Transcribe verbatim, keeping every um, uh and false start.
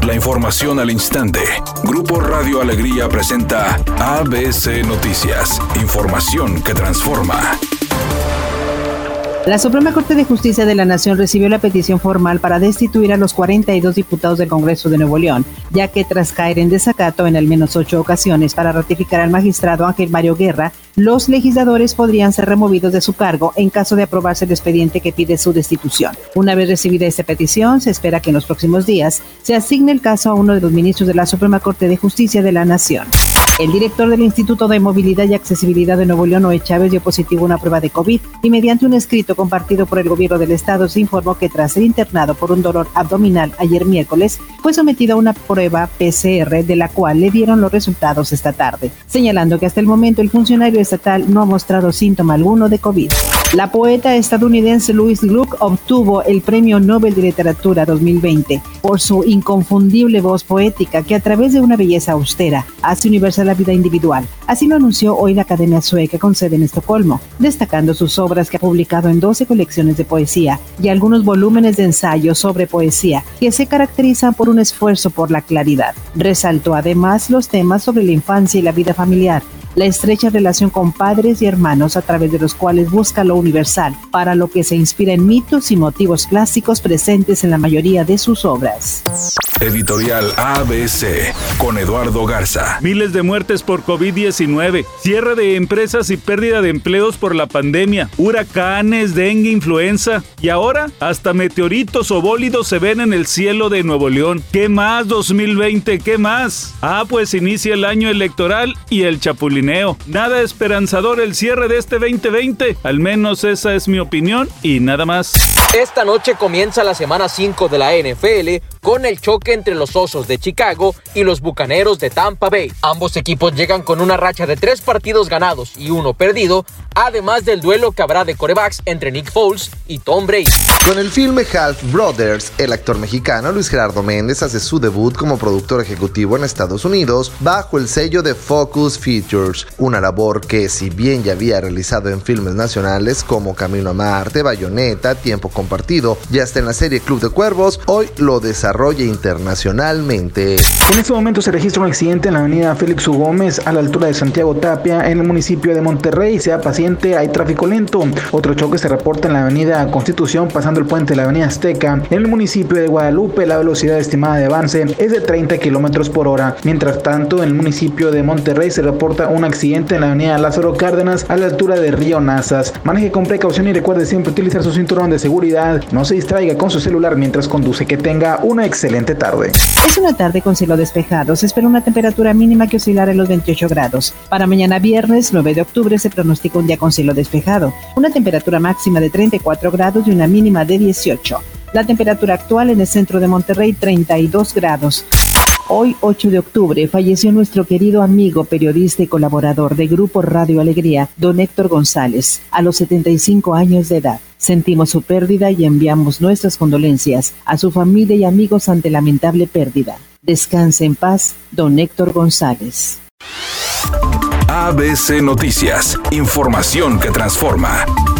La información al instante. Grupo Radio Alegría presenta A B C Noticias. Información que transforma. La Suprema Corte de Justicia de la Nación recibió la petición formal para destituir a los cuarenta y dos diputados del Congreso de Nuevo León, ya que tras caer en desacato en al menos ocho ocasiones para ratificar al magistrado Ángel Mario Guerra, los legisladores podrían ser removidos de su cargo en caso de aprobarse el expediente que pide su destitución. Una vez recibida esta petición, se espera que en los próximos días se asigne el caso a uno de los ministros de la Suprema Corte de Justicia de la Nación. El director del Instituto de Movilidad y Accesibilidad de Nuevo León, Noé Chávez, dio positivo a una prueba de COVID y mediante un escrito compartido por el gobierno del estado se informó que tras ser internado por un dolor abdominal ayer miércoles, fue sometido a una prueba P C R de la cual le dieron los resultados esta tarde, señalando que hasta el momento el funcionario estatal no ha mostrado síntoma alguno de COVID. La poeta estadounidense Louise Gluck obtuvo el Premio Nobel de Literatura dos mil veinte por su inconfundible voz poética que a través de una belleza austera hace universal la vida individual. Así lo anunció hoy la Academia Sueca con sede en Estocolmo, destacando sus obras que ha publicado en doce colecciones de poesía y algunos volúmenes de ensayos sobre poesía que se caracterizan por un esfuerzo por la claridad. Resaltó además los temas sobre la infancia y la vida familiar, la estrecha relación con padres y hermanos a través de los cuales busca lo universal, para lo que se inspira en mitos y motivos clásicos presentes en la mayoría de sus obras. Editorial A B C con Eduardo Garza. Miles de muertes por COVID diecinueve, cierre de empresas y pérdida de empleos por la pandemia, huracanes, dengue, influenza y ahora hasta meteoritos o bólidos se ven en el cielo de Nuevo León. ¿Qué más dos mil veinte? ¿Qué más? Ah, pues inicia el año electoral y el chapulineo. Nada esperanzador el cierre de este veinte veinte, al menos esa es mi opinión y nada más. Esta noche comienza la semana cinco de la N F L con el choque entre los Osos de Chicago y los Bucaneros de Tampa Bay. Ambos equipos llegan con una racha de tres partidos ganados y uno perdido, además del duelo que habrá de quarterbacks entre Nick Foles y Tom Brady. Con el filme Half Brothers, el actor mexicano Luis Gerardo Méndez hace su debut como productor ejecutivo en Estados Unidos bajo el sello de Focus Features, una labor que, si bien ya había realizado en filmes nacionales como Camino a Marte, Bayonetta, Tiempo Compartido y hasta en la serie Club de Cuervos, hoy lo desarrolla internacionalmente. En este momento se registra un accidente en la avenida Félix U. Gómez a la altura de Santiago Tapia en el municipio de Monterrey. Sea paciente, hay tráfico lento. Otro choque se reporta en la avenida Constitución pasando el puente de la avenida Azteca. En el municipio de Guadalupe la velocidad estimada de avance es de treinta kilómetros por hora. Mientras tanto, en el municipio de Monterrey se reporta un accidente en la avenida Lázaro Cárdenas a la altura de Río Nazas. Maneje con precaución y recuerde siempre utilizar su cinturón de seguridad. No se distraiga con su celular mientras conduce. Que tenga una excelente tarde. Es una tarde con cielo despejado. Se espera una temperatura mínima que oscilará en los veintiocho grados. Para mañana viernes nueve de octubre se pronostica un día con cielo despejado. Una temperatura máxima de treinta y cuatro grados y una mínima de dieciocho. La temperatura actual en el centro de Monterrey, treinta y dos grados. Hoy, ocho de octubre, falleció nuestro querido amigo, periodista y colaborador de Grupo Radio Alegría, don Héctor González, a los setenta y cinco años de edad. Sentimos su pérdida y enviamos nuestras condolencias a su familia y amigos ante lamentable pérdida. Descanse en paz, don Héctor González. A B C Noticias, información que transforma.